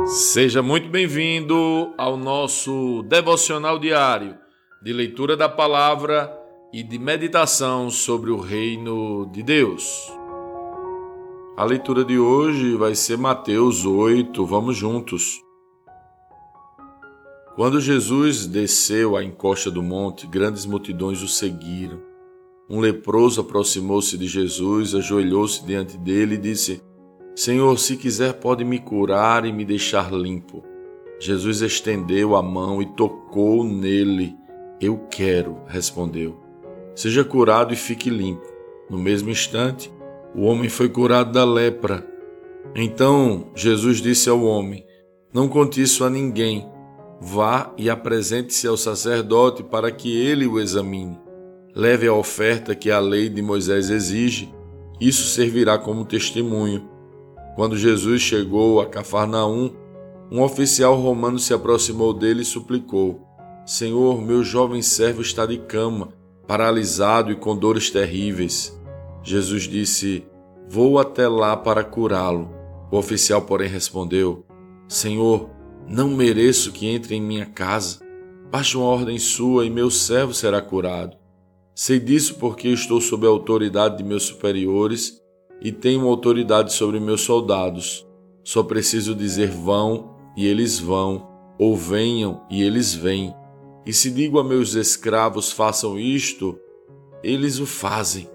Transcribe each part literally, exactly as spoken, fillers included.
Seja muito bem-vindo ao nosso devocional diário de leitura da palavra e de meditação sobre o reino de Deus. A leitura de hoje vai ser Mateus oito, vamos juntos. Quando Jesus desceu à encosta do monte, grandes multidões o seguiram. Um leproso aproximou-se de Jesus, ajoelhou-se diante dele e disse: Senhor, se quiser pode me curar e me deixar limpo. Jesus estendeu a mão e tocou nele. Eu quero, respondeu. Seja curado e fique limpo. No mesmo instante, o homem foi curado da lepra. Então Jesus disse ao homem: Não conte isso a ninguém. Vá e apresente-se ao sacerdote para que ele o examine. Leve a oferta que a lei de Moisés exige. Isso servirá como testemunho. Quando Jesus chegou a Cafarnaum, um oficial romano se aproximou dele e suplicou: Senhor, meu jovem servo está de cama, paralisado e com dores terríveis. Jesus disse: Vou até lá para curá-lo. O oficial, porém, respondeu: Senhor, não mereço que entre em minha casa. Baixe uma ordem sua e meu servo será curado. Sei disso porque estou sob a autoridade de meus superiores e tenho autoridade sobre meus soldados. Só preciso dizer vão e eles vão, ou venham e eles vêm. E se digo a meus escravos façam isto, eles o fazem.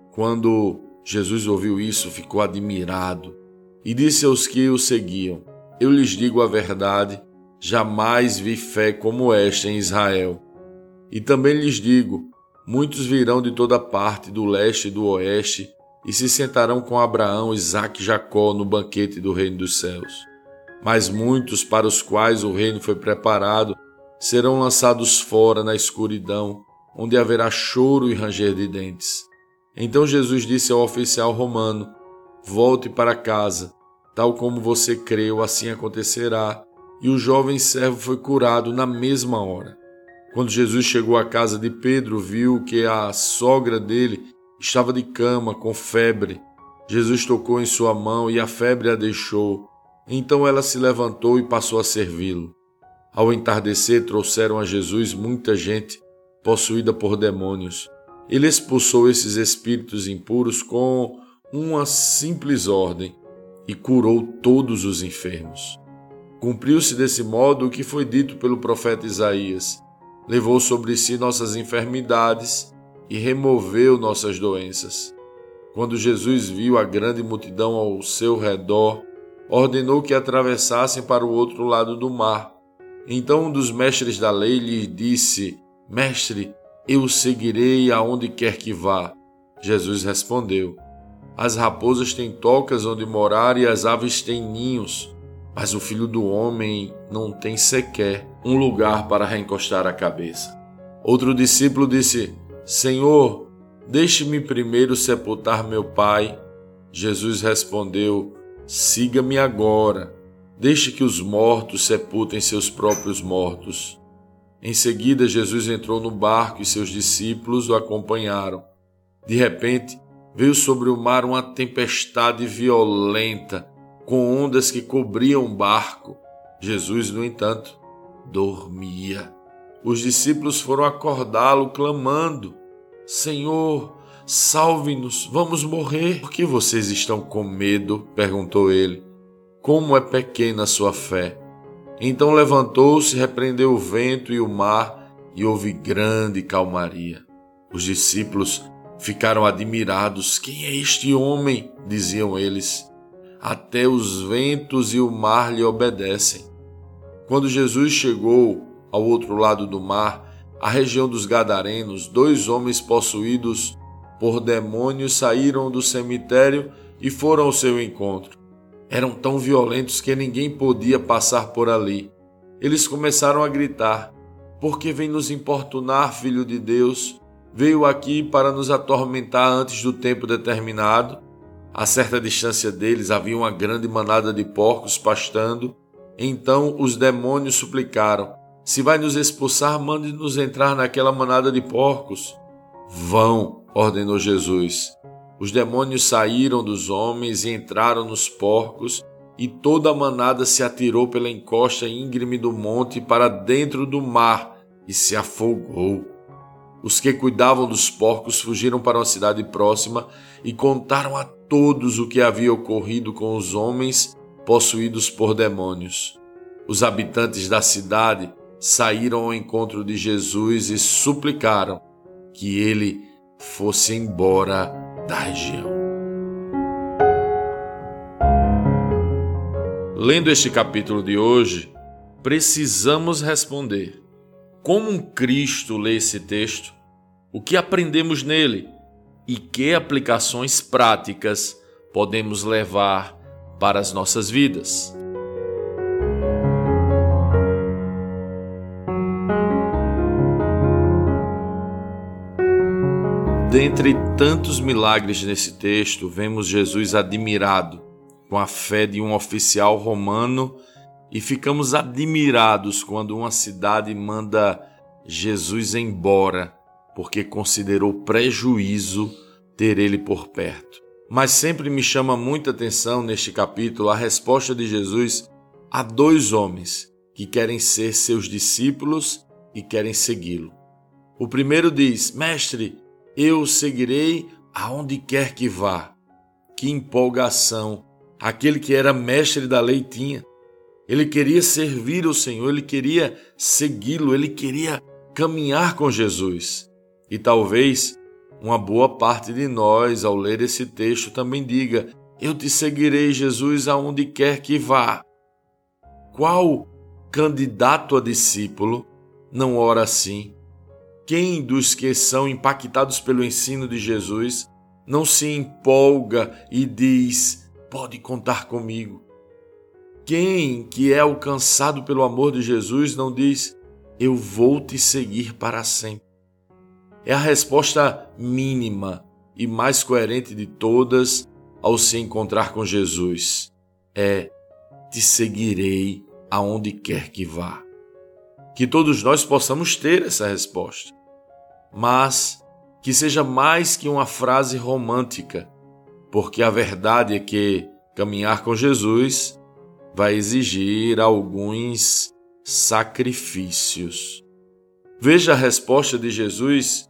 Quando Jesus ouviu isso, ficou admirado e disse aos que o seguiam: Eu lhes digo a verdade, jamais vi fé como esta em Israel. E também lhes digo, muitos virão de toda parte, do leste e do oeste, e se sentarão com Abraão, Isaque e Jacó no banquete do reino dos céus. Mas muitos para os quais o reino foi preparado serão lançados fora na escuridão, onde haverá choro e ranger de dentes. Então Jesus disse ao oficial romano: Volte para casa, tal como você creu, assim acontecerá. E o jovem servo foi curado na mesma hora. Quando Jesus chegou à casa de Pedro, viu que a sogra dele estava de cama, com febre. Jesus tocou em sua mão e a febre a deixou. Então ela se levantou e passou a servi-lo. Ao entardecer, trouxeram a Jesus muita gente possuída por demônios. Ele expulsou esses espíritos impuros com uma simples ordem e curou todos os enfermos. Cumpriu-se desse modo o que foi dito pelo profeta Isaías: Levou sobre si nossas enfermidades e removeu nossas doenças. Quando Jesus viu a grande multidão ao seu redor, ordenou que atravessassem para o outro lado do mar. Então um dos mestres da lei lhe disse: Mestre, eu o seguirei aonde quer que vá. Jesus respondeu: As raposas têm tocas onde morar e as aves têm ninhos, mas o Filho do Homem não tem sequer um lugar para recostar a cabeça. Outro discípulo disse: Senhor, deixe-me primeiro sepultar meu pai. Jesus respondeu: Siga-me agora. Deixe que os mortos sepultem seus próprios mortos. Em seguida, Jesus entrou no barco e seus discípulos o acompanharam. De repente, veio sobre o mar uma tempestade violenta, com ondas que cobriam o barco. Jesus, no entanto, dormia. Os discípulos foram acordá-lo, clamando: Senhor, salve-nos, vamos morrer. Por que vocês estão com medo? Perguntou ele. Como é pequena a sua fé. Então levantou-se, repreendeu o vento e o mar, e houve grande calmaria. Os discípulos ficaram admirados. Quem é este homem? Diziam eles. Até os ventos e o mar lhe obedecem. Quando Jesus chegou ao outro lado do mar, a região dos Gadarenos, dois homens possuídos por demônios saíram do cemitério e foram ao seu encontro. Eram tão violentos que ninguém podia passar por ali. Eles começaram a gritar: Por que vem nos importunar, Filho de Deus? Veio aqui para nos atormentar antes do tempo determinado? A certa distância deles havia uma grande manada de porcos pastando. Então os demônios suplicaram: Se vai nos expulsar, mande-nos entrar naquela manada de porcos. Vão, ordenou Jesus. Os demônios saíram dos homens e entraram nos porcos, e toda a manada se atirou pela encosta íngreme do monte para dentro do mar e se afogou. Os que cuidavam dos porcos fugiram para uma cidade próxima e contaram a todos o que havia ocorrido com os homens possuídos por demônios. Os habitantes da cidade saíram ao encontro de Jesus e suplicaram que ele fosse embora da região. Lendo este capítulo de hoje, precisamos responder: como um Cristo lê esse texto? O que aprendemos nele? E que aplicações práticas podemos levar para as nossas vidas? Dentre tantos milagres nesse texto, vemos Jesus admirado com a fé de um oficial romano e ficamos admirados quando uma cidade manda Jesus embora porque considerou prejuízo ter ele por perto. Mas sempre me chama muita atenção neste capítulo a resposta de Jesus a dois homens que querem ser seus discípulos e querem segui-lo. O primeiro diz: Mestre, eu o seguirei aonde quer que vá. Que empolgação aquele que era mestre da lei tinha. Ele queria servir o Senhor, ele queria segui-lo, ele queria caminhar com Jesus. E talvez uma boa parte de nós, ao ler esse texto, também diga: eu te seguirei, Jesus, aonde quer que vá. Qual candidato a discípulo não ora assim? Quem dos que são impactados pelo ensino de Jesus não se empolga e diz: pode contar comigo? Quem que é alcançado pelo amor de Jesus não diz: eu vou te seguir para sempre? É a resposta mínima e mais coerente de todas ao se encontrar com Jesus. É: te seguirei aonde quer que vá. Que todos nós possamos ter essa resposta, mas que seja mais que uma frase romântica, porque a verdade é que caminhar com Jesus vai exigir alguns sacrifícios. Veja a resposta de Jesus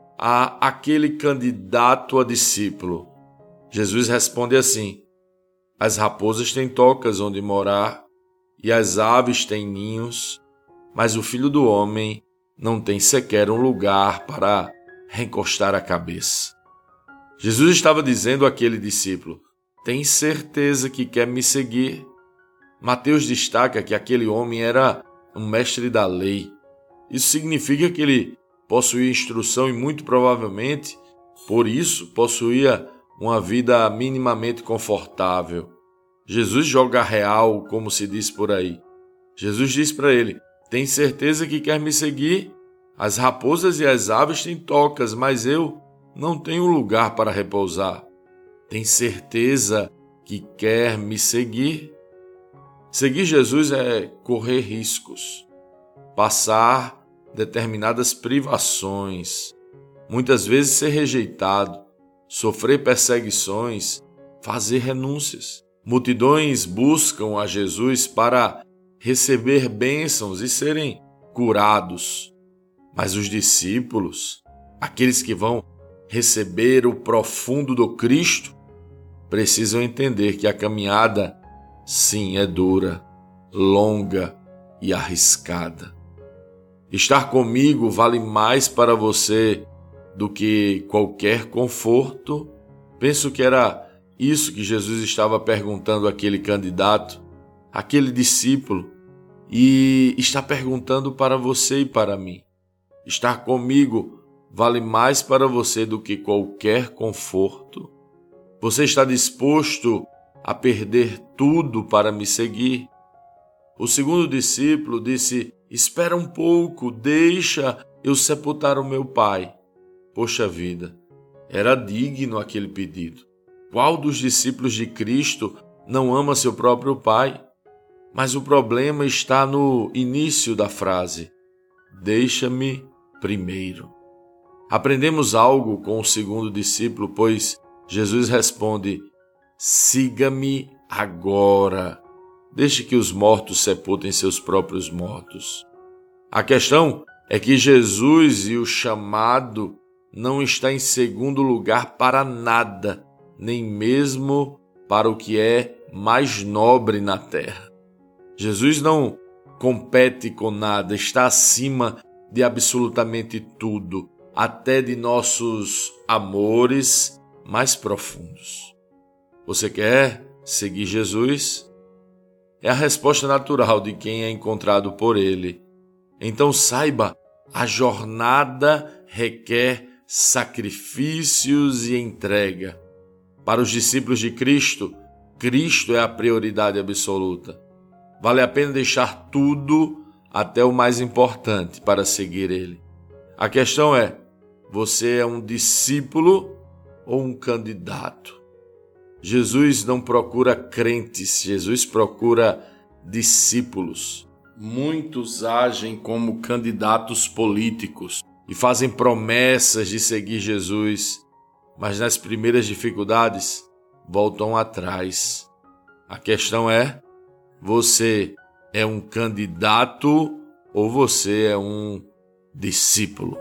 a aquele candidato a discípulo. Jesus responde assim: as raposas têm tocas onde morar e as aves têm ninhos, mas o Filho do Homem não tem sequer um lugar para recostar a cabeça. Jesus estava dizendo àquele discípulo: tem certeza que quer me seguir? Mateus destaca que aquele homem era um mestre da lei. Isso significa que ele possuía instrução e muito provavelmente, por isso, possuía uma vida minimamente confortável. Jesus joga real, como se diz por aí. Jesus diz para ele: tem certeza que quer me seguir? As raposas e as aves têm tocas, mas eu não tenho lugar para repousar. Tem certeza que quer me seguir? Seguir Jesus é correr riscos, passar determinadas privações, muitas vezes ser rejeitado, sofrer perseguições, fazer renúncias. Multidões buscam a Jesus para receber bênçãos e serem curados. Mas os discípulos, aqueles que vão receber o profundo do Cristo, precisam entender que a caminhada, sim, é dura, longa e arriscada. Estar comigo vale mais para você do que qualquer conforto? Penso que era isso que Jesus estava perguntando àquele candidato, àquele discípulo, e está perguntando para você e para mim. Estar comigo vale mais para você do que qualquer conforto? Você está disposto a perder tudo para me seguir? O segundo discípulo disse: espera um pouco, deixa eu sepultar o meu pai. Poxa vida, era digno aquele pedido. Qual dos discípulos de Cristo não ama seu próprio pai? Mas o problema está no início da frase: deixa-me primeiro. Aprendemos algo com o segundo discípulo, pois Jesus responde: siga-me agora. Deixe que os mortos sepultem seus próprios mortos. A questão é que Jesus e o chamado não está em segundo lugar para nada, nem mesmo para o que é mais nobre na terra. Jesus não compete com nada, está acima de absolutamente tudo, até de nossos amores mais profundos. Você quer seguir Jesus? É a resposta natural de quem é encontrado por Ele. Então saiba, a jornada requer sacrifícios e entrega. Para os discípulos de Cristo, Cristo é a prioridade absoluta. Vale a pena deixar tudo, até o mais importante, para seguir Ele. A questão é, você é um discípulo ou um candidato? Jesus não procura crentes, Jesus procura discípulos. Muitos agem como candidatos políticos e fazem promessas de seguir Jesus, mas nas primeiras dificuldades voltam atrás. A questão é, você é um candidato ou você é um discípulo?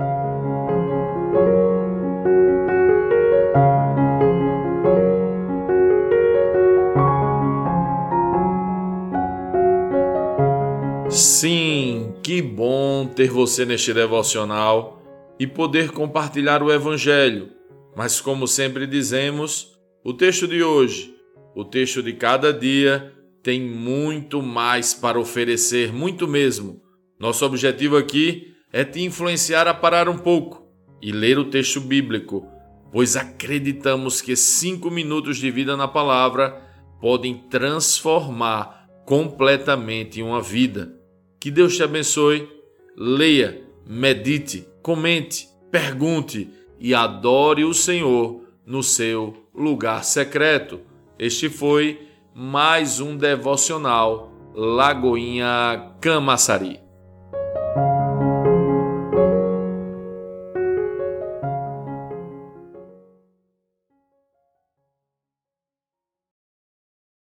Sim, que bom ter você neste devocional e poder compartilhar o Evangelho. Mas como sempre dizemos, o texto de hoje, o texto de cada dia, tem muito mais para oferecer, muito mesmo. Nosso objetivo aqui é te influenciar a parar um pouco e ler o texto bíblico, pois acreditamos que cinco minutos de vida na palavra podem transformar completamente uma vida. Que Deus te abençoe. Leia, medite, comente, pergunte e adore o Senhor no seu lugar secreto. Este foi mais um devocional Lagoinha Camaçari.